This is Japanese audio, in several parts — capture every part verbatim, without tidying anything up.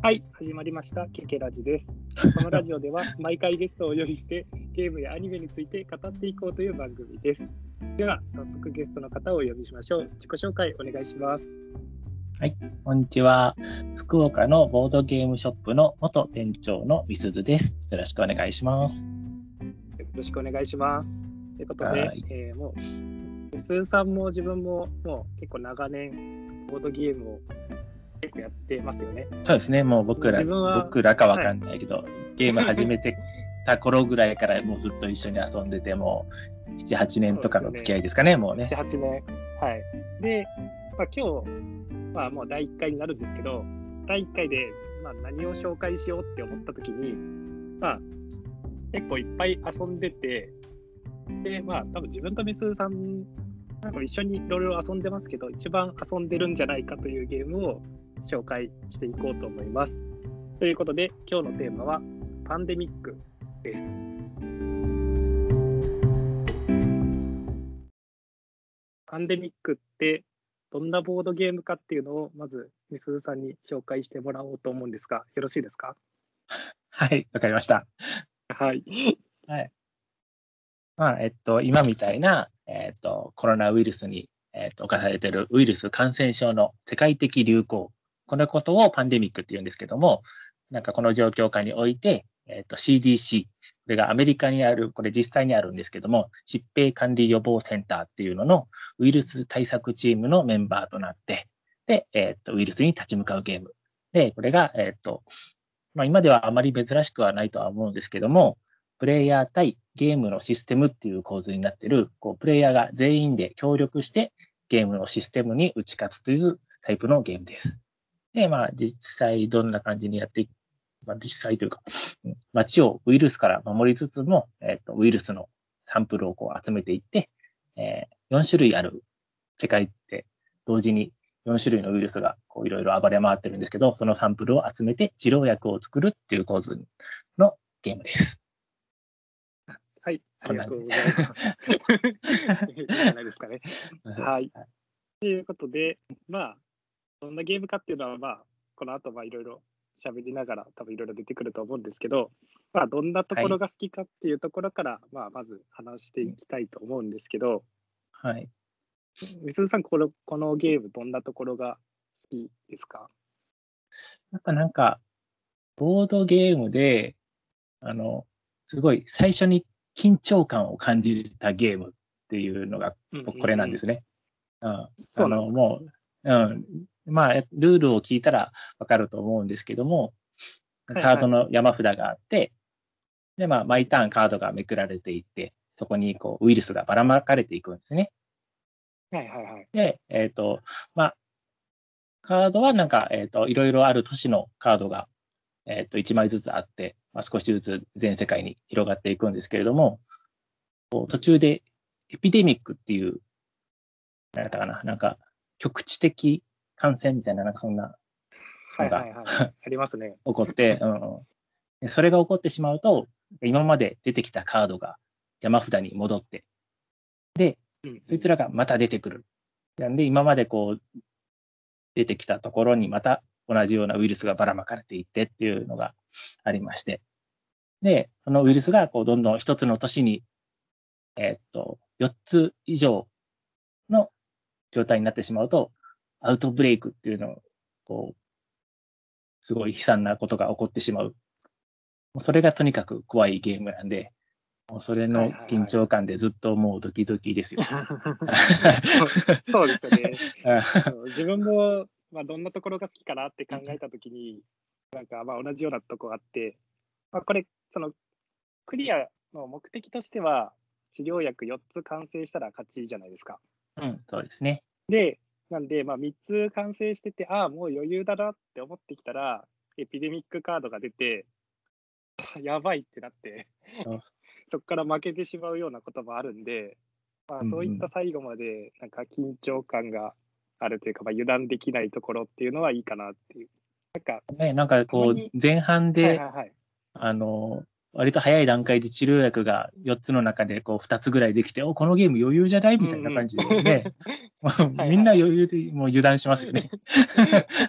はい、始まりました。ケケラジです。このラジオでは毎回ゲストをお呼びしてゲームやアニメについて語っていこうという番組です。では早速ゲストの方をお呼びしましょう。自己紹介お願いします。 はい、こんにちは。福岡のボードゲームショップの元店長のみすずです。よろしくお願いします。 よろしくお願いします。ということで、えー、もうみすずさんも自分ももう結構長年ボードゲームを結構やってますよね。 そうですね。もう僕ら僕らかわかんないけど、はい、ゲーム始めてた頃ぐらいからもうずっと一緒に遊んでてもうなな、はちねんとかの付き合いですかね。ねもうね。 なな、はちねん。はい。で、まあ、今日、まあ、もうだいいっかいになるんですけど、だいいっかいで、まあ、何を紹介しようって思った時に、まあ、結構いっぱい遊んでて、で、まあ、多分自分とみすずさんなんか一緒にいろいろ遊んでますけど、一番遊んでるんじゃないかというゲームを紹介していこうと思います。ということで、今日のテーマはパンデミックです。パンデミックってどんなボードゲームかっていうのをまずみすずさんに紹介してもらおうと思うんですが、よろしいですか？ はい、わかりました。 はい。 はい。まあ、えっと、今みたいな、えっと、コロナウイルスに、えっと、侵されているウイルス感染症の世界的流行、このことをパンデミックって言うんですけども、なんかこの状況下において、えっと、シーディーシー、これがアメリカにある、これ実際にあるんですけども、疾病管理予防センターっていうののウイルス対策チームのメンバーとなって、で、えっと、ウイルスに立ち向かうゲーム。で、これが、えっと、まあ、今ではあまり珍しくはないとは思うんですけども、プレイヤー対ゲームのシステムっていう構図になっている、こうプレイヤーが全員で協力してゲームのシステムに打ち勝つというタイプのゲームです。で、まあ実際どんな感じにやっていく、まあ、実際というか、街をウイルスから守りつつも、えーと、ウイルスのサンプルをこう集めていって、えー、よん種類ある世界って同時によん種類のウイルスがこういろいろ暴れ回ってるんですけど、そのサンプルを集めて治療薬を作るっていう構図のゲームです。 はい、ありがとうございます。いいんじゃないですかね。はい。ということで、まあ、どんなゲームかっていうのは、まあ、この後、まあ、いろいろ喋りながら、多分いろいろ出てくると思うんですけど、まあ、どんなところが好きかっていうところから、はい、まあ、まず話していきたいと思うんですけど、 はい。 みすずさん、この、このゲーム、どんなところが好きですか？ やっぱなんか、ボードゲームで、あの、すごい最初に緊張感を感じたゲームっていうのが、これなんですね。うん。あの、もう、うん。まあ、ルールを聞いたらわかると思うんですけども、カードの山札があって、はいはい、で、まあ、毎ターンカードがめくられていって、そこにこうウイルスがばらまかれていくんですね。 はいはいはい。 で、えっと、まあ、カードはなんか、えっと、いろいろある都市のカードが、えっと、いちまいずつあって、まあ、少しずつ全世界に広がっていくんですけれども、途中でエピデミックっていう、なんだったかな、なんか局地的感染みたいな、なんかそんなのが、はいはいはい、 ありますね。 起こって、うん、それが起こってしまうと、今まで出てきたカードが山札に戻って、で、うんうん、そいつらがまた出てくる。なんで、今までこう、出てきたところにまた同じようなウイルスがばらまかれていってっていうのがありまして、で、そのウイルスがこうどんどん一つの都市に、えー、っと、よっつ以上の状態になってしまうと、アウトブレイクっていうのを、こう、すごい悲惨なことが起こってしまう。それがとにかく怖いゲームなんで、もうそれの緊張感でずっともうドキドキですよ。 そう、そうですよね。自分も、まあ、どんなところが好きかなって考えたときに、なんかまあ同じようなとこがあって、まあ、これ、そのクリアの目的としては、治療薬よっつ完成したら勝ちじゃないですか。 うん、そうですね。 で、なんで、まあ、みっつ完成してて、ああ、もう余裕だなって思ってきたら、エピデミックカードが出て、やばいってなって、そこから負けてしまうようなこともあるんで、まあ、そういった最後までなんか緊張感があるというか、まあ、油断できないところっていうのはいいかなっていう。なんか、 ね、なんかこう、前半で、はいはいはい、あの、割と早い段階で治療薬がよっつの中でこうふたつぐらいできて、お、このゲーム余裕じゃないみたいな感じでね、うんうん、みんな余裕でもう油断しますよね。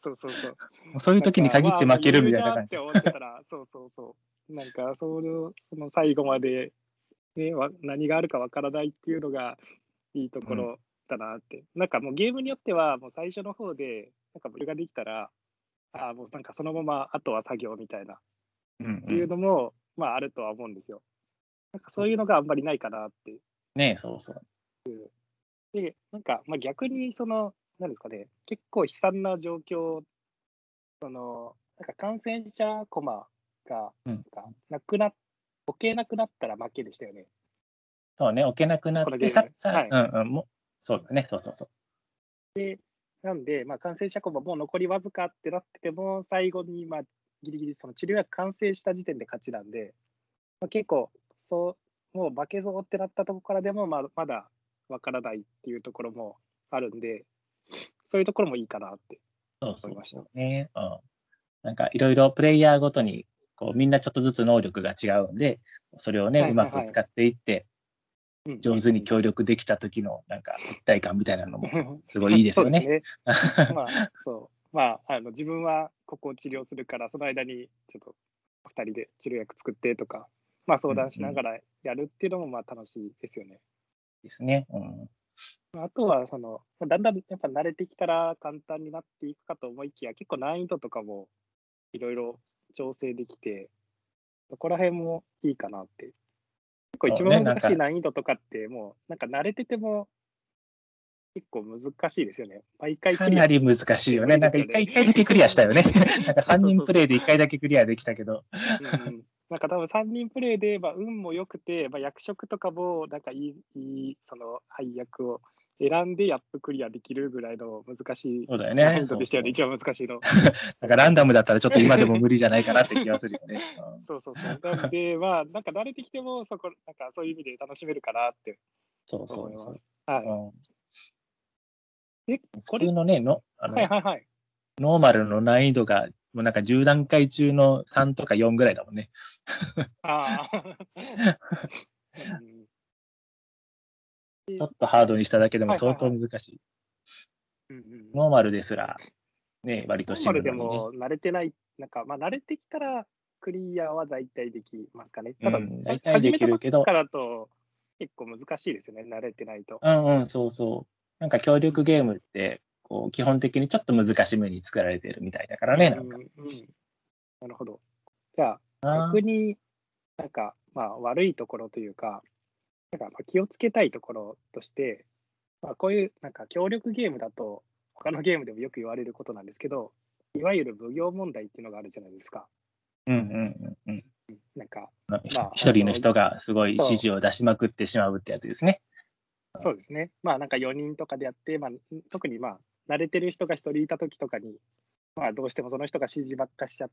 そうそうそう。 もうそういう時に限って負けるみたいななんかまあもう余裕じゃんっ感じ。 て思ってたら、そうそう。 もうそういう時に限って負けるみたいななんかまあもう余裕じゃんって感じ。 思ってたら、そうそうそう。なんかそのその最後まで、ね、わ何があるかわからないっていうのがいいとうん。 ころだなって。なんかもうゲームによっては、もう最初の方で、なんか余裕ができたら、ああ、もうなんかそのままあとは作業みたいな、 うんういうん。 のも、まああるとは思うんですよ。なんかそういうそうそう。 のがあんまりないかなってね、そうそう。 で、なんか、まあ、逆にその、なんですかね、結構悲惨な状況、その、なんか感染者コマが、 うん。 なんか、なくな置けなくなったら負けでしたよね、 そうね、置けなくなって、さこのゲーム。 さはい。 うんうん、もそうだね、そうそうそう。 なんで、まあ、感染者コマもう残りわずかってなってても、最後に、まあ、ギリギリその治療薬完成した時点で勝ちなんで、まあ、結構、そう、もう負けぞってなったところからでも、まあ、まだわからないっていうところもあるんで、そういうところもいいかなってそうそう思いました。 そうね。うん。なんかいろいろプレイヤーごとに、こうみんなちょっとずつ能力が違うんで、それをね、うはいはいはい。 まく使っていって、 うんうんうん。 上手に協力できた時のなんか一体感みたいなのもすごいいいでそすよね。 うですね。まあ、そう。まあ、あの、自分はここを治療するから、その間にちょっとふたりで治療薬作ってとか、まあ、相談しうんうん。 ながらやるっていうのも、まあ、楽しいですよね。 ですね。うん。 まああとは、その、ま、だんだんやっぱ慣れてきたら簡単になっていくかと思いきや、結構難易度とかもいろいろ調整できて、そこら辺もいいかなって。結構一そうね、 番難しいなんか難易度とかって、もうなんか慣れてても結構難しいですよね。毎回クリアすかなり難るのとかってしいよね。なんか無理ですよね。 一回一回だけクリアしたよね。なんかそう 3 そうそうそう。 人プレイで一回だけクリアできたけど。 うんうん。なんか多分さんにんプレイで、まあ、運も良くて、まあ、役職とかもなんかいいいいその配役を選んでやっとクリアできるぐらいの難しいそうだよ難ね。 易度でしたよね、 そうそう。 一番難しいの。 なんかランダムだったらちょっと今でも無理じゃないかなって気がするよね。うん、 そうそうそう。なんで、まあ、なんか慣れてきても、そこなんかそういう意味で楽しめるかなってそうそ思います。 うそう。 はい。 うん、 で、 普これ通のねのあの、 はいはいはい。 ノーマルの難易度が、もうなんかじゅう段階中のさんとかよんぐらいだもんね。 ああ。うんうん。でちょっとハードにしただけでも相はいはいはい。 当難しい。 うんうんうん。 ノーマルですら、ね、割と死ノーマルでぬのにね。 も慣れてない、なんか、まあ、慣れてきたらクリアは大体できますかね。ただ、 うん、 は大体で始めたばっきるけど、 かだと結構難しいですよね、慣れてないと。 うんうん、そうそう。なんか協うんうん。 力ゲームって、こう、基本的にちょっと難しめに作られてるみたいだからね、なんか。 うんうんうん。なるほど。じゃあ、逆あになんか、まあ、悪いところというか、なんか、ま、気をつけたいところとして、まあ、こういうなんか協力ゲームだと、他のゲームでもよく言われることなんですけど、いわゆる奉行問題っていうのがあるじゃないですか。 うんうんうんうん。 なんか、 あのひまあ、 一人のあの人がすごい指そう。 示を出しまくってしまうってやつですね。 そうですね。まあ、なんかよにんとかでやって、まあ、ん、特に、まあ、慣れてる人がひとりいた時とかに、まあ、どうしてもその人が指示ばっかしちゃって、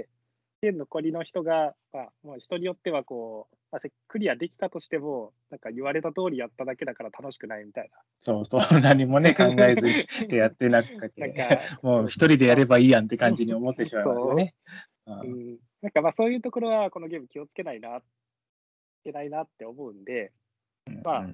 で、残りの人が、まあ、もう人によってはこう、まあ、せクリアできたとしても、なんか言われた通りやっただけだから楽しくないみたいな。 そうそう、何もね、考えずにでやってなくて、 なんか、 もうそうそう、 一人でやまあ、 ればいいやんって感じに思ってしまいますよそね。うう、うん。 ん、なんかまあそういうところはこのゲーム気をつけないな、いけないなって思うんで、まあ、 うん。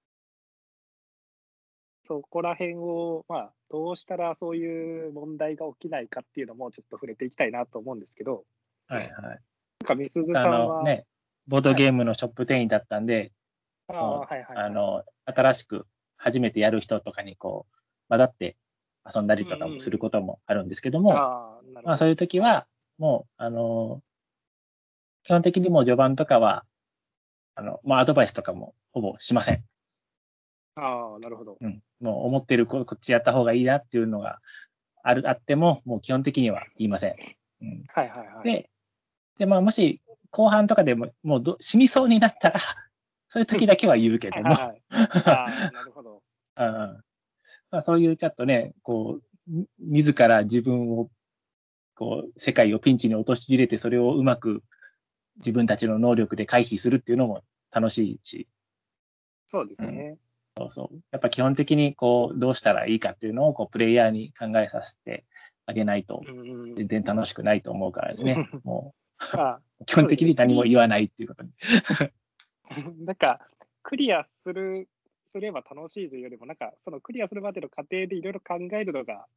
そこら辺を、まあ、どうしたらそういう問題が起きないかっていうのもちょっと触れていきたいなと思うんですけど、 はいはい。 なんかみすず僕あさんはのね、ボードはい。 ゲームのショップ店員だったんで、 ああ、 もう、 はいはいはい。 あの、新しく初めてやる人とかにこう、混ざって遊んだりうんうんとかもするうん。 こともあるんですけども、 ああ、なるほど。 まあそういう時は、もう、あの、基本的にもう序盤とかは、あの、まあアドバイスとかもほぼしません。 ああ、なるほど。 うん。もう思ってるここっちやった方がいいなっていうのがあるあっても、もう基本的には言いません。うん。 はいはいはい。 で、で、まあもし後半とかでも、もうど死にそうになったら、そういう時だけは言うけども、 はいはいはい。ああ、なるほど。 うん、まあ、そういうちょっとね、こう、み自ら自分を、こう、世界をピンチに陥れて、それをうまく自分たちの能力で回避するっていうのも楽しいし、 そうでうん、 すね。 そうそう。やっぱ基本的にこう、どうしたらいいかっていうのを、こう、プレイヤーに考えさせてあげないと、 うんうんうん。 全然楽しくないと思うからですね。もまあ、 う、基本そうですね。 的に何もクリ言わないっていうことに。 なんか、クリアするすれば楽しいというよりも、なんか、そのクリアするまでの過程でいろいろ考えるのが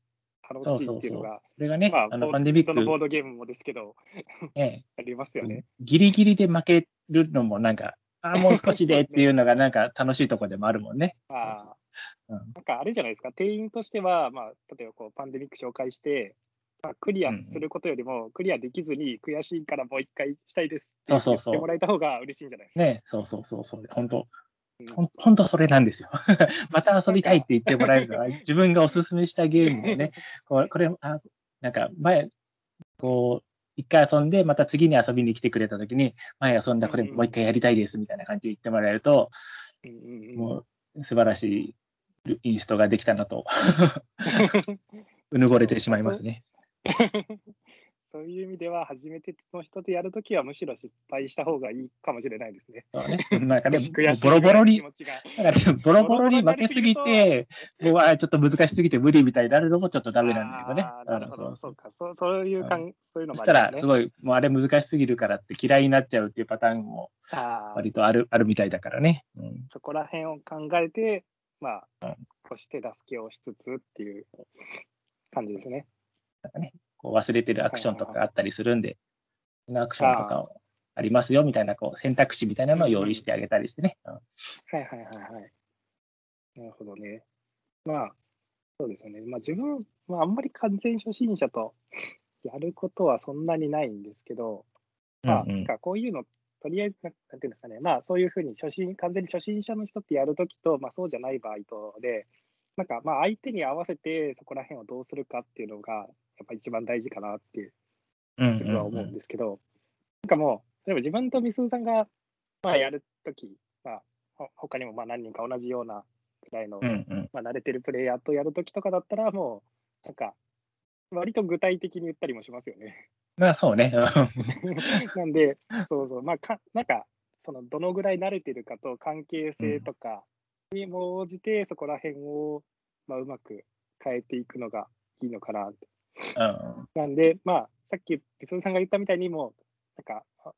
楽しいそうそうそう。 っていうのが、 これがね、 まあ、 あの、 ボパンデミッどのボーク、 ドゲームもですけど、 ね、 ありますよね。 ギリギリで負けるのもなんか、ああ、もう少しでっそうですね。 ていうのがなんか楽しいところでもあるもんね。そうそああ、 う。うん。 なんかあれじゃないですか、店員としては、まあ、例えばこうパンデミック紹介して、まあ、クリアすうんうん。 ることよりも、クリアできずに悔しいからもう一回したいですってそうそうそ言ってもらえた方が嬉しいんじゃないですう。 か。 ね、そうそうそうそう。本当うん。 ほんほんとそれなんですよ。また遊びたいってなんか言ってもらえるのは、自分がお勧めしたゲームをね、これ、これ、あ、なんか前、こう、一回遊んで、また次に遊びに来てくれたときに、前遊んだこれうんうん。 もう一回やりたいですみたいな感じで言ってもらえると、 うんうんうん。 もう素晴らしいインストができたなと、うぬぼれそう、 てしまあ、そうまいますね。 そういう意味では、初めての人とやるときは、むしろ失敗した方がいいかもしれないですね。 そうね。なんかね、 少し悔もうボしいぐらいの気ロボロに、 持ちが、 なんかね、ボロボロボボロにロになりすぎる負けすぎとあれでて、 すね。 もう、あ、ちょっと難しすぎて無理みたいになるのもちょっとダメなんだけどね。 ああ、なうん、 るほど、 そうそう。 そうか、そうそういううん、 かんそういうのそしたら、すもありますね。 ごい、もうあれ難しすぎるからって嫌いになっちゃうっていうパターンもああ、 割とある、あるみたいだからね。うん。 そこら辺を考えて、まあ、こうして助けをしつつっていう感じですね。 なんかね、こう忘れてるアクションはいはいはい。 とかあったりするんで、そのアクションとかああ、 をありますよみたいな、こう選択肢みたいなうんうん。 のを用意してあげたりしてね。うん、 はいはいはいはい。なるほどね。まあ、そうですよね。まあ、自分、まあ、あんまり完全初心者とやることはそんなにないんですけど、まあ、なんうんうん。 かこういうの、とりあえず、なんなんていうんですかね、まあ、そういう風に初心完全に初心者の人ってやるときと、まあ、そうじゃない場合とで、なんか、まあ、相手に合わせてそこら辺をどうするかっていうのが、やっぱ一番大事かなってうんうん自分は思うんうん。 ですけど、なんかもう、例えば自分とみすずさんが、まあ、やるとき、まあ、ほ他にもまあ何人か同じようなくらいの、 うんうん。 まあ、慣れてるプレイヤーとやるときとかだったら、もう、なんか、割と具体的に言ったりもしますよね。 まあそうね。 なんで、そうそう、まあ、かなんか、その、どのぐらい慣れてるかと関係うん。 性とかにも応じて、そこら辺を、まあ、うまく変えていくのがいいのかなって。 うんうん。 なんで、まあ、さっきみすずさんが言ったみたいに、もう、なんか、あ、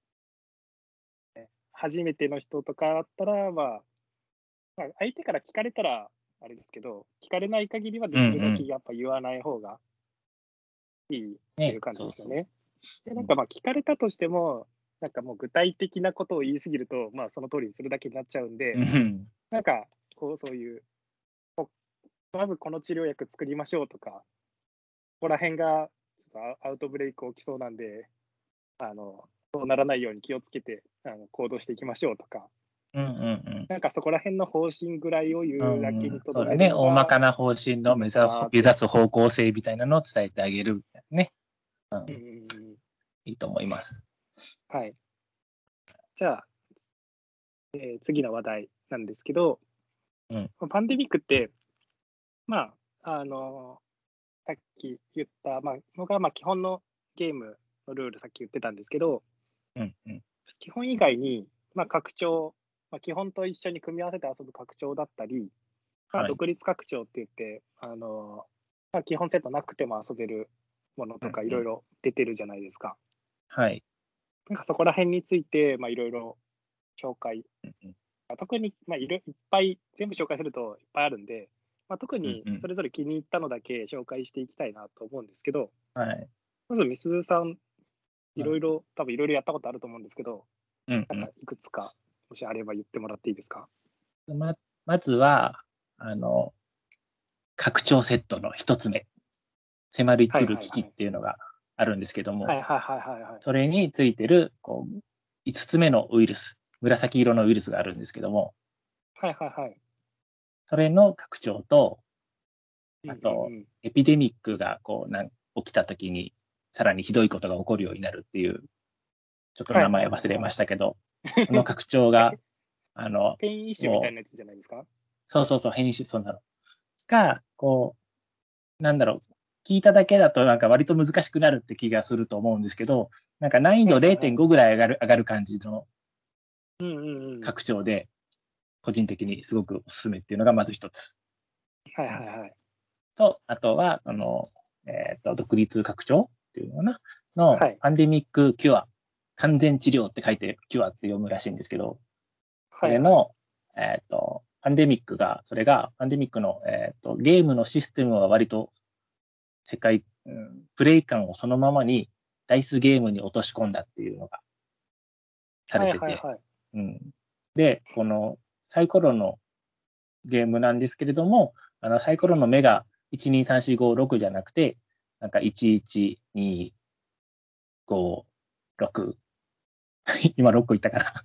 初めての人とかだったら、まあ、まあ、相手から聞かれたらあれですけど、聞かれない限りはでうんうきるだけん。 やっぱ言わない方がいいっていね、 う感じそうそですよね。で、 う。 なんうん。 かまあ聞かれたとしても、なんかもう具体的なことを言い過ぎると、まあその通りにするだけになっちゃうんで、 うん。 なんかこうそういう、こまずこの治療薬作りましょうとか、ここら辺がちょっとアウトブレイク起きそうなんで、あの、そうならないように気をつけてあの行動していきましょうとか、 うんうんうん。 なんかそこら辺の方針ぐらいをう言うだけにんうん。 とどめるそうだね。 のが大まかな方針の目指いいのかなって。 目指す方向性みたいなのを伝えてあげるみたいなね。うん。 うんうんうん。 いいと思います。 はい。じゃあ、えー次の話題なんですけど、 うん。 パンデミックって、まあ、あの、さっき言った、まあ、のが、まあ、基本のゲームのルール、さっき言ってたんですけど、 うんうん。 基本以外に、まあ、拡張、まあ、基本と一緒に組み合わせて遊ぶ拡張だったり、まあ、 はい。 独立拡張って言って、あの、まあ、基本セットなくても遊べるものとかいろいうんうん。 ろ出てるじゃないですか。 はい。 なんかそこら辺について、まあ、いろいろ紹介、 うんうん。 特に、まあ、いろいっぱい、全部紹介するといっぱいあるんで、まあ、特にうんうん。 それぞれ気に入ったのだけ紹介していきたいなと思うんですけど、 はい。 まずみすずさん、いうん。 ろいろ、多分いろいろやったことあると思うんですけど、 うんうなんかいくつか、もしあれば言ってもらっていいですか？ ん。ままずは、あの、拡張セットの一つ目、迫りはい来る危機っはいはい。 ていうのがあるんですけども、 はいはいはいはいはい。 それについてる、こう、いつつめのウイルス、紫色のウイルスがあるんですけども、 はいはいはい。 それの拡張と、 うんうんあと、 うん。 エピデミックがこうなん起きたときに、さらにひどいことが起こるようになるっていう、ちょっと名はいはい前忘れまはいはい。 したけど、この拡張が、あの、 変異種みたいもう、 なやつじゃないですか？ そうそうそう、編集、そんなのが、こう、なんだろう、聞いただけだとなんか割と難しくなるって気がすると思うんですけど、なんか難易度はいはいはい。 れいてんごぐらい上がる、上がる感じのうんうんうん。 拡張で、個人的にすごくおすすめっていうのがまず一つ。 はいうん、 はいはい。 と、あとは、あの、えっ、と、独立拡張っていうのかなの、 はい。 パンデミックキュア、完全治療って書いて、キュアって読むらしいんですけど、そはいはい。 れの、えっ、と、パンデミックが、それが、パンデミックの、えっ、と、ゲームのシステムは割と世界、うん、プレイ感をそのままにダイスゲームに落とし込んだっていうのがされてて、 はいはいはい。 うん、で、このサイコロのゲームなんですけれども、あのサイコロの目がいち、に、さん、よん、ご、ろくじゃなくて、なんかいち、いち、に、ご、ろく、今ろっこ言ったかな。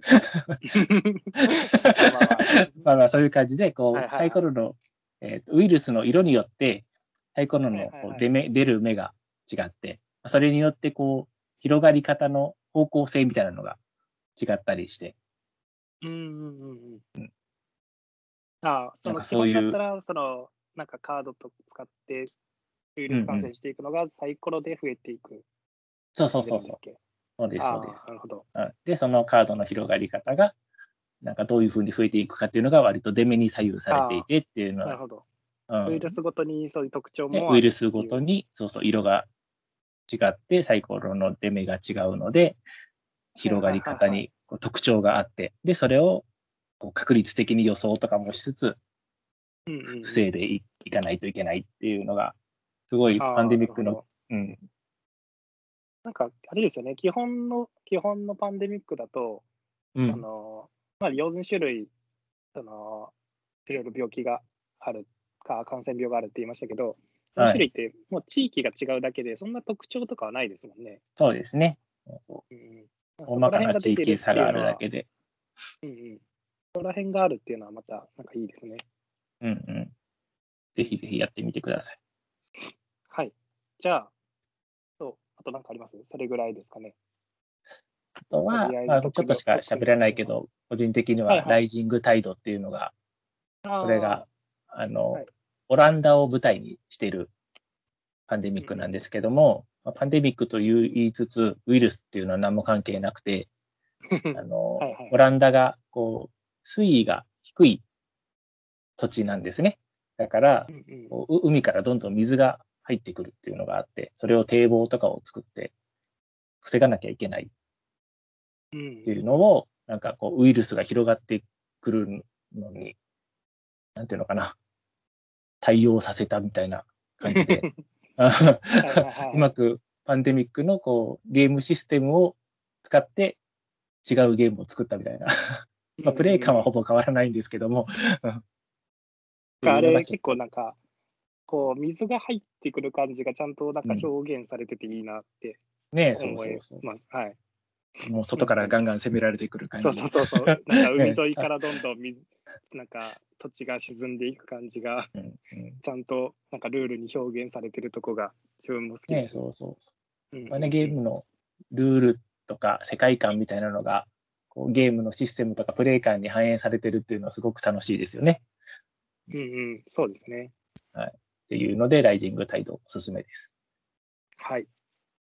まあまあまあ。 まあまあそういう感じで、こう、サはいはいはい。 イコロの、えーとウイルスの色によって、サイコロはいのはいはい。 こう出目出る目が違って、それによってこう、広がり方の方向性みたいなのが違ったりして、 うんうんうんうん。ああ、そなんの基かそういう、 本だったら、その、なんかカードと使ってウイルス感うんうん、 染していくのがサイコロで増えていくそうそう感じそうそう、 なんですっけ？ そうです、そうでああ、 す。 なるほど。 うん、で、そのカードの広がり方が、なんかどういうふうに増えていくかっていうのが割と出目に左右されていあてっていうのあ、なるは、 ほど。 うん、 ウイルスごとにそういう特徴で、 もあるウイルスっていう。 ごとに、そうそう、色が違って、サイコロの出目が違うので、 はいはい広がりはいはい。 方にこう特徴があって、で、それをこう確率的に予想とかもしつつ、 うんうんうん。 防いでいいかないといけないっていうのが、すごいパンああ、 デミックの、 なるほど。 うん、 なんか、あれですよね、基本の基本のパンデミックだと、あうん、 の、まあ、よん種類、その、いろいろ病気があるか、感染病があるって言いましたけど、よんはい、 種類ってもう地域が違うだけで、そんな特徴とかはないですもんね。 そうですね。そうそう、 うんうん。まあ、 大まかそこら辺な地域が出てるっ差があていうのは、 るだけで、 うんうん。そこら辺があるっていうのはまた、なんかいいですね。 うんうん、ぜひぜひやってみてください。 はい。じゃあ、そう、あとなんかあります？それぐらいですかね。 あとは、 割合のまあ、ちょっとし特にお組か喋らみ合わせは。 ないけど、個人的にははいはい。 ライジングタイドっていうのが、 あこれあ、 が、あの、 はい。 オランダを舞台にしているパンデミうんうんックなんですけども、パンデミックと言いつつ、ウイルスっていうのは何も関係なくて、 うん。 あの、 はいはいはい。 オランダが、こう、水位が低い土地なんですね。だから、 うんうん。 こう海からどんどん水が入ってくるっていうのがあって、それを堤防とかを作って防がなきゃいけないうん。 っていうのを、なんかこう、ウイルスが広がってくるのに、なんていうのかな、対応させたみたいな感じで、 はいはいはいはい。 うまくパンデミックのこうゲームシステムを使って違うゲームを作ったみたいな。 うんまあ、プレイ感はうん。 ほぼ変わらないんですけども、っていうのがあれ、結ちょっと、 構なんか、こう、水が入ってくる感じがちゃんとなんかうん。 表現されてていいなってねえ、そう思いそうそます。はい。 う。もううんうん。 外からガンガン攻められてくる感そうそうじ。 そうそう。なんか海ねえ、あ、 沿いからどんどん水なんか土地が沈んでいく感じが、 うんうん。 ちゃんとなんかルールに表現されてるとこが自分も好きねえ、 ですね。 そうそうそう。 うんうんまあね、 うん。 ゲームのルールとか世界観みたいなのが、こうゲームのシステムとかプレイ感に反映されてるっていうのはすごく楽しいですよね。 うんうん、そうですね。 はい。っていうので、ライジングタイドおすすめです。 はい。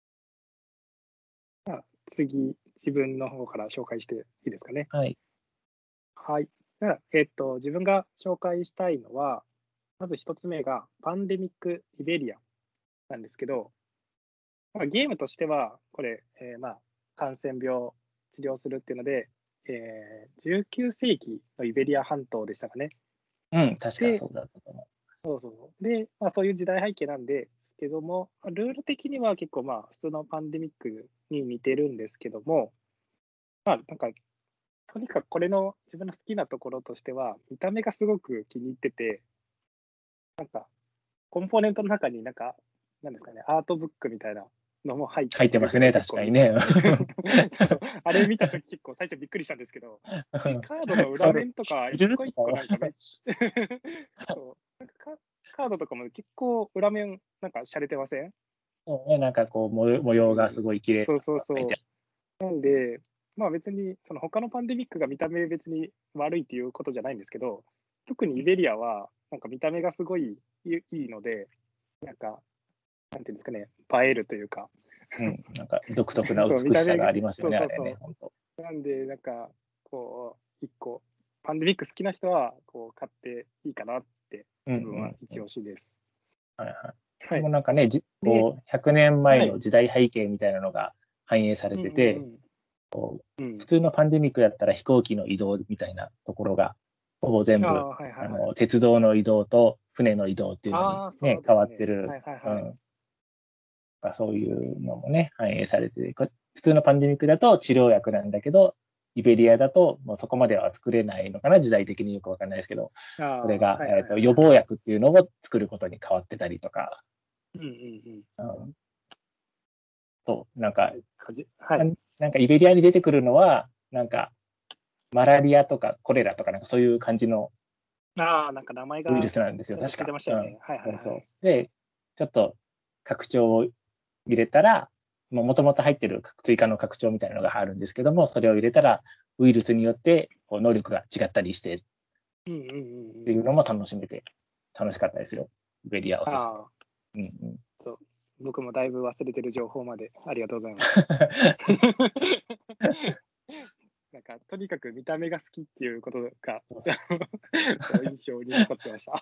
じゃあ、次、自分の方から紹介していいですかね。 はい。 はい。じゃあ、えっと、自分が紹介したいのは、まず一つ目がパンデミック・イベリアンなんですけど、まあ、ゲームとしては、これ、えーまあ、感染病を治療するっていうので、えー、じゅうきゅう世紀のイベリア半島でしたかね。 うん、確かで、 そうだったと思そうそうそう。で、まあ、そういう時代背景なんですけども、まあルール的には結構まあ普通のパンデミックに似てるんですけども、まあなんか、とにかくこれの自分の好きなところとしては、見た目がすごく気に入ってて、コンポーネントの中になんか、なんですかね、アートブックみたいなのも入っう。入っててるますね、 こと結構確かにね。 見たんでそうそう、あれ見たとき結構最初びっくりしたんですけど、え、カードの裏これ、 面とかい一個一るとかは。 個なんかめそう、なんかカカードとかも結構裏面なんか洒落てません？ そうね、なんかこう模様模様がすごい綺麗そうなのが書いてそうそう。なんで、まあ別にその他のパンデミックが見た目別に悪いっていうことじゃないんですけど、特にイベリアはなんか見た目がすごいいいいので、なんか、なんていうんですかね、映えるというか、 ある。うん、なんか独特なそう、見美しさがた目が、 ありますよね、あれね、 そうそうそ本当。 う。なんで、なんか、こう、一個、パンデミック好きな人は、こう、買っていいかなって、 うんう自分はんうん。 一押しです。 はいはい。 はい。 でもなんかね、じで、 こう、ひゃくねんまえはい。 の時代背景みたいなのが反映されうんうてて、 んこううん。うん。 普通のパンデミックだったら飛行機の移動みたいなところが、ほぼ全部、 ああ、はいはいはい。 あの、鉄道の移動と船の移動っていうのにああ、そね、変わってうですね。はる。 いはいはい。 うん。 かそういうのもね、反映されて、こ普通のパンデミックだと治療薬なんだけど、イベリアだともうそこまでは作れないのかな、時代的によくわかんないですけど、 あこれが、 ーはいはいはいえーと予防薬っていうのを作ることに変わってたりとか、 うんうんうん。 うん、と、なんか、 かじはい。 なんかイベリアに出てくるのは、なんかマラリアとかコレラとか、なんかそういう感じのああ、なんか名前ウイルがスなんですよ、 ついて確か。うん。 ましたよね。はいはいそうそはい。 う。で、ちょっと拡張を入れたら、もともと入ってる追加の拡張みたいなのがあるんですけども、それを入れたら、ウイルスによってこう能力が違ったりしてっうんうんうんうん。 ていうのも楽しめて、楽しかったですよ。イベリアおすすああ、 め。うんうん、 そう。僕もだいぶ忘れてる情報までありがとうございます。なんか、とにかく見た目が好きっていうことがそう印象に残ってました。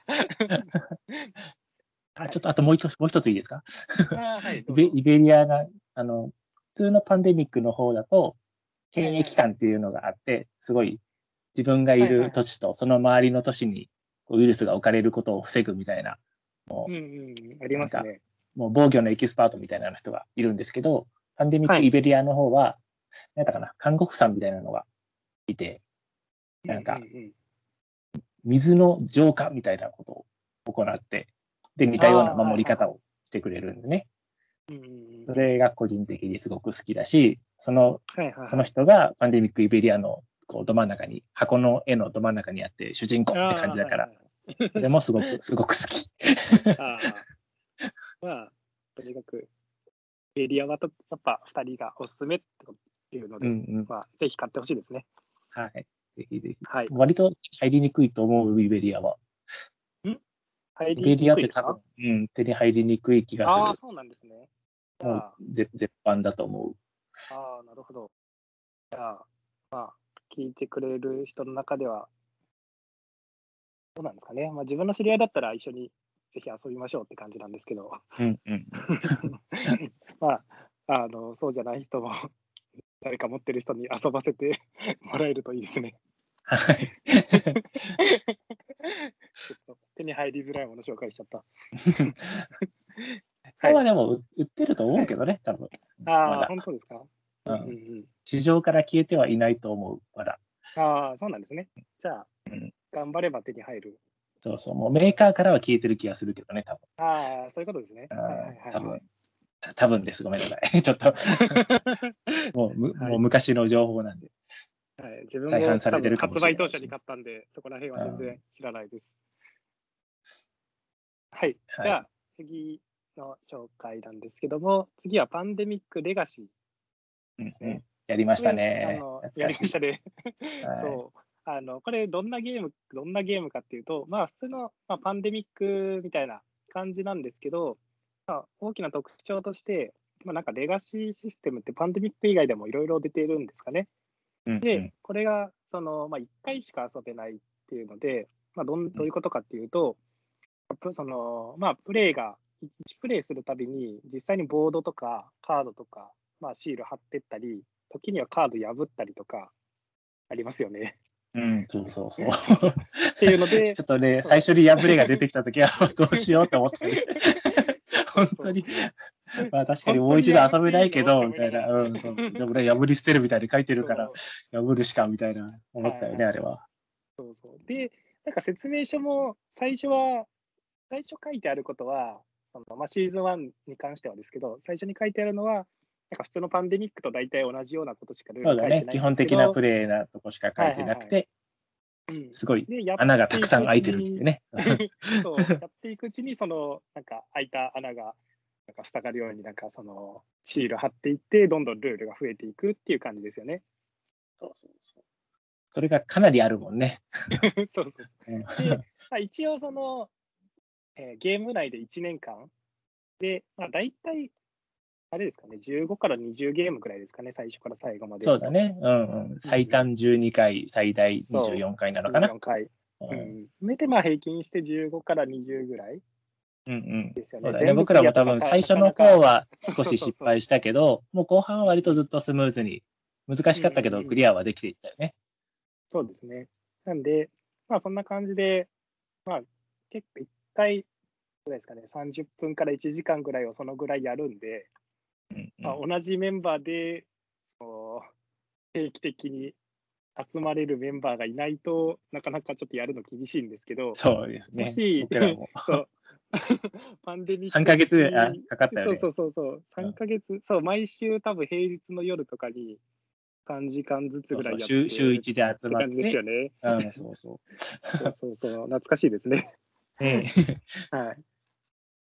あ、 はい。 ちょっとあともう一つ、もう一ついいですか？ ああ、はい、 イベ、 どうぞ。 イベリアが、あの、普通のパンデミックの方だと、検疫はいはい。 官っていうのがあって、すごい自分がいはいはいはい。 る都市とその周りの都市にウイルスが置かれることを防ぐみたいな、もうんうん、ありうなんか、 ますね。 もう防御のエキスパートみたいな人がいるんですけど、パンデミッはい。 クイベリアの方は、なんだかな、看護婦さんみたいなのがいて、 うんうんなんか、 うん。 水の浄化みたいなことを行って、で、似たようなああ、はいはいはい。 守り方をしてくれるんでね。 うんうんうんそうん。 れが個人的にすごく好きだし、その、そのはいはいはい。 人がパンデミックイベリアのこうど真ん中に、箱の絵のど真ん中にあって、主人公って感ああ、 じだから、 はいはいはい。 それもすごく、すごく好き。 ああ、まあ、とにかく、エリアはとやっぱふたりがおすすめっていうので、 うんうん。 まあ、ぜひ買ってほしいですね。 はい。ぜひぜひ。 はい。 割と入りにくいと思う、イベリアは。 ん入りイベリアって多分、 にくいですか？ うん、手に入りにくい気がすああ、 る。 そうなんですね。じもうゃあ、 絶絶版だと思う。 ああ、なるほど。じゃあ、まあ、聞いてくれる人の中では、どうなんですかね。まあ、自分の知り合いだったら一緒にぜひ遊びましょうって感じなんですけど。 うんうんうん。 まあ、あの、そうじゃない人も、誰か持ってる人に遊ばせてもらえるといいですね。 はい。 ちょっと手に入りづらいもの紹介しちゃった。はい。 まあでも売ってると思はい。 うけどね、多分。まああ、 だ。 本当ですか？うんうんううん。 ん。 市場から消えてはいないと思う、まだ。 ああ、そうなんですね。じゃあ、 うん。 頑張れば手に入る。 そうそう。もうメーカーからは消えてる気がするけどね、多ああ、そういうことですね。 分。 はいはうん、多分。 いはいはい。 多分です。ごめんなさい。ちょっともうむ、もうはい。 昔の情報なんで、 はい。自分再販も多されてるかも分発売当しれないし。 初に買ったんで、そこら辺は全然うん、 知らないです。はい。じはい。 ゃあ、次の紹介なんですけども、次はパンデミックレガシーですね。 うんうん。やりましたこれ、あね。 の、や懐かしい。 りましたね。 はい。 そう。あの、これ、どんなゲーム、どんなゲームかっていうと、まあ、普通の、まあ、パンデミックみたいな感じなんですけど、まあ、大きな特徴として、まあ、なんかレガシーシステムってパンデミック以外でもいろいろ出ているんですかね。で、 うんうん。 これが、その、まあ、いっかいしか遊べないっていうので、まあ、どんどういうことかっていうと、その、まあ、プレイが、いちプレイするたびに、実際にボードとかカードとか、まあ、シール貼ってったり、時にはカード破ったりとかありますよね。 うん、そうそうそう。 そうそう。っていうので、 ちょっとね、最そう。 初に破れが出てきたときはどうしようと思ったね。 そうそうそう。 本当に、まあ確かに本もう一度当に破っ遊べないけていいのってど、みたいな。 思いながら。 うん、そうそう。でもね、破り捨てるみたいに書いてるから、 そう。 破るしか、みたいな、思ったよね、 はいはい。 あれは。 そうそう。で、なんか説明書も最初は、最初書いてあることは、そのまあ、シーズンワンに関してはですけど、最初に書いてあるのは、なんか普通のパンデミックと大体同じようなことしかルーそうだね。 ル書いてないんで基本すけど、 的なプレイなとこしか書いはいはいはい。 てなくて、 うん。 すごいで、やっ穴がたていくうくさん開いてちにるっていうね。 そう、やっていくうちに、その、なんか開いた穴が、なんか塞がるように、なんかその、シール貼っていって、どんどんルールが増えていくっていう感じですよね。 そうそうそう。それがかなりあるもんね。 そうそうそう。 うん、 で、まあ、一応その、えーゲーム内でいちねんかんで、まあ、大体、あれですかね、じゅうごからにじゅうゲームくらいですかね、最初から最後までやると。 そうだね。うんうん。 うんうん。 最短じゅうにかい、最大24 そ回なのう、 かな。 にじゅうよんかい。うんううんん。めてまあ平均してじゅうごからにじゅうぐらいうんうん。 ですよね。 そうだね。 全部僕らも多クリアってなかな分最初のかなか、 方はそう少そうそうそし失敗したけど、もう後半は割とずっとスムーズに、難う。 しうんうんかったけどクうん。 リアはできていったよね。 そうですね。なんで、まあそんな感じで、まあ結構一回ぐらいですかね、さんじゅっぷんからいちじかんぐらいをそのぐらいやるんで、 うんうんまあ、同じメンバーでそう定期的に集まれるメンバーがいないとなかなかちょっとやるの厳しいんですけど、 そうですね。 もし僕らもそうパンデミックさんかげつ時期あかかったよね。 そうそうそうそう、さんかげつ、そう、毎週多分平日の夜とかにさんじかんずつぐらいやってそうそう週週いちで集まっって感じですて、 よね。 うん、そうそう。 そうそうそう、懐かしいですね。 ねはい。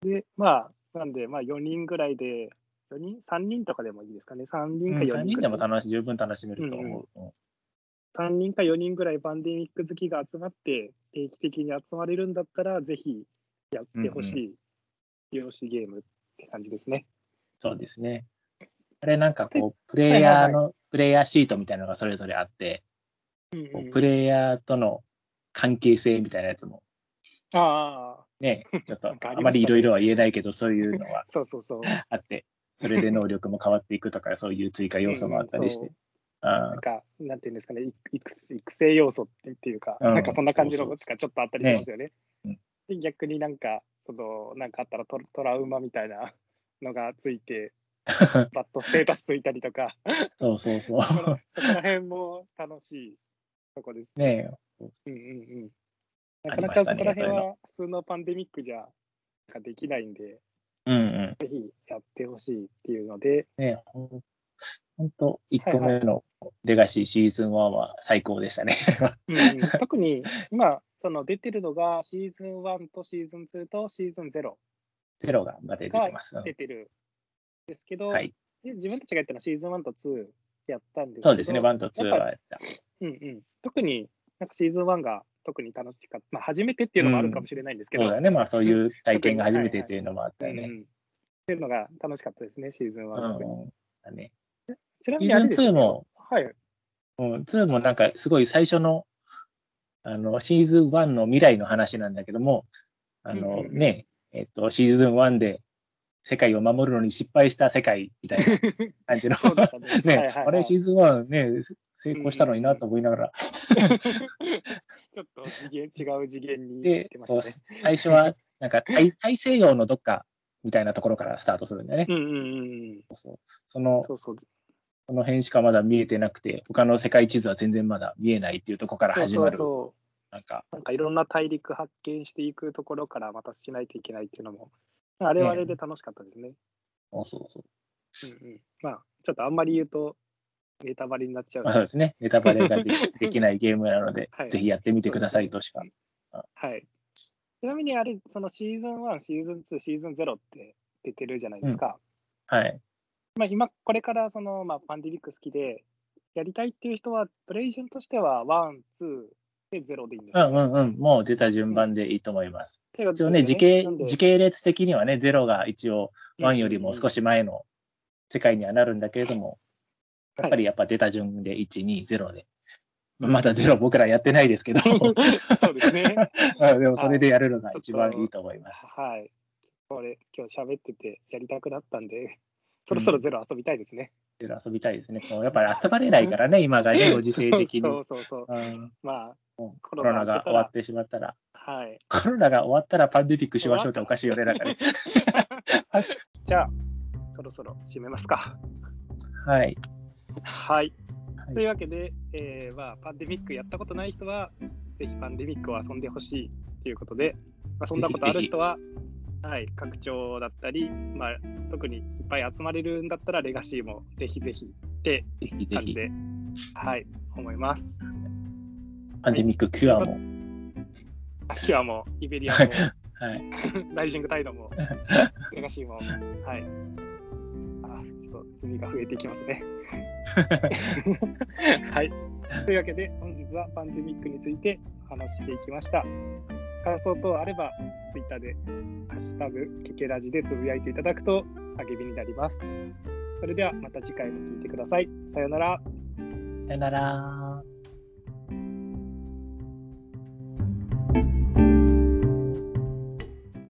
で、まあ、なんで、まあよにんぐらいで、よにん ?さん 人とかでもいいですかね。さんにんかうん、 よ 3 人人でもぐらい。 楽し十分楽しめると思う。うんさんにんかよにんぐらいパンデミック好きが集まって定期的に集まれるんだったらぜひやってほしい量子ゲームって感じですね。 そうですね。あれなんかこう、プはいレイヤーはいはの、プレイヤーシートみたいなのがそれぞれあって、 うんうんうんこうプレイヤーとの関係性みたいなやつもああ、 ね、ちょっとなんかあありましたねまりいろいろは言えないけど、そういうのはそうそうそう。 あって、それで能力も変わっていくとか、そういう追加要素もあったりして。 なんか、なんていうんですかね、育育成要素っていうか、 うんなんかそんな感じのそうそうしかちょっとあったりしますよね。 ねで逆になんか、その、なんかあったらトトラウマみたいなのがついて、バッドステータスついたりとか、 そうそうそう。 そこらそこら辺も楽しいとこですね。 ねうんうんうん。なあかなかりましたねそこら辺そういうは普通のパンデミックじゃなんかできないんで、 うんうん。 ぜひやってほしいっていうので、 ねほんと、いっこめのレガシーシーズンワンは最高でしたね。 うんうん、特に今、その出てるのがシーズンワンとシーズンツーとシーズンゼロゼロがまで出てがます。うん出てるんですけど、 はい。 で自分たちがやったのはシーズンワンとツーやったんですけど、 そうですね、ワンとツーやっぱはやった。 うんうん、特になんかシーズンワンが特に楽しかった、まあ、初めてっていうのもあるかもしれないんですけど、 そうだね、まあそういう体験が初めてっていうのもあったよね。 うんうん、っていうのが楽しかったですね、シーズンワンは特に。 うんだね、 ちなみにあれですね、 シーズンツーも、 はいうん、ツーもなんかすごい最初のあのシーズンワンの未来の話なんだけども、あの、 うんうんうんね、えっと、シーズンワンで世界を守るのに失敗した世界みたいな感じのそうでしたね。 ね、 はいはいはいあれシーズンワンね、成功したのになと思いながら。 ちょっと次元違う次元にで行ってましたね。 最初はなんか大大西洋のどっかみたいなところからスタートするんだよね。 うんうんうん。 そうそのそうそう。 その辺しかまだ見えてなくて、他の世界地図は全然まだ見えないっていうところから始まる。 そうそうそうなんか、 なんかいろんな大陸発見していくところからまたしないといけないっていうのも、あれはあれで楽しかったですね。 そうそうそう。 うんうん、まあ、ちょっとあんまり言うとネタバレになっちゃうまあ、そうですね。ネタバレができできないゲームなので、 はいぜひやってみてくださいとしか。 はい。ちなみにあれ、そのシーズンワン、シーズンツー、シーズンゼロって出てるじゃないですか。 うん、はい。 まあ、今、これからその、まあ、パンデミック好きでやりたいっていう人は、プレイ順としてはワン、ツーでゼロでいいんですか、 うんうんうん。もう出た順番でいいと思います。 うん、 一応ね、時系、 なんで時系列的にはね、ゼロが一応ワンよりも少し前の世界にはなるんだけれども、やっぱりやっぱ出た順でいち、に、ゼロで。まだゼロ僕らやってないですけど。 そうですね。 でもそれでやるのが一番いいと思います。 はい。これ、今日喋っててやりたくなったんで、そろそろゼロ遊びたいですね。 ゼロ遊びたいですね。やっぱり集まれないからね、今がね、ご時世的に。 そうそうそう。うん、まあ、 コロナが終わってしまったら。 はい。 コロナが終わったらパンデミックしましょうっておかしいよね、なんかね。 じゃあ、そろそろ締めますか。 はい。 はい。というわけで、えーまあ、パンデミックやったことない人は、ぜひパンデミックを遊んでほしいということで、まあ、そんなことある人は、はい、拡張だったり、まあ、特にいっぱい集まれるんだったら、レガシーもぜひぜひって感じで、はい、思います。 パンデミックキュアも。 キュアも、イベリアも、 はい、 ライジングタイドも、レガシーも、はい。あ、ちょっと積みが増えていきますね。はい。というわけで、本日はパンデミックについて話していきました。感想等あれば、ツイッターで、ハッシュタグ、ケケラジでつぶやいていただくと励みになります。それではまた次回も聞いてください。さようなら。 さよなら。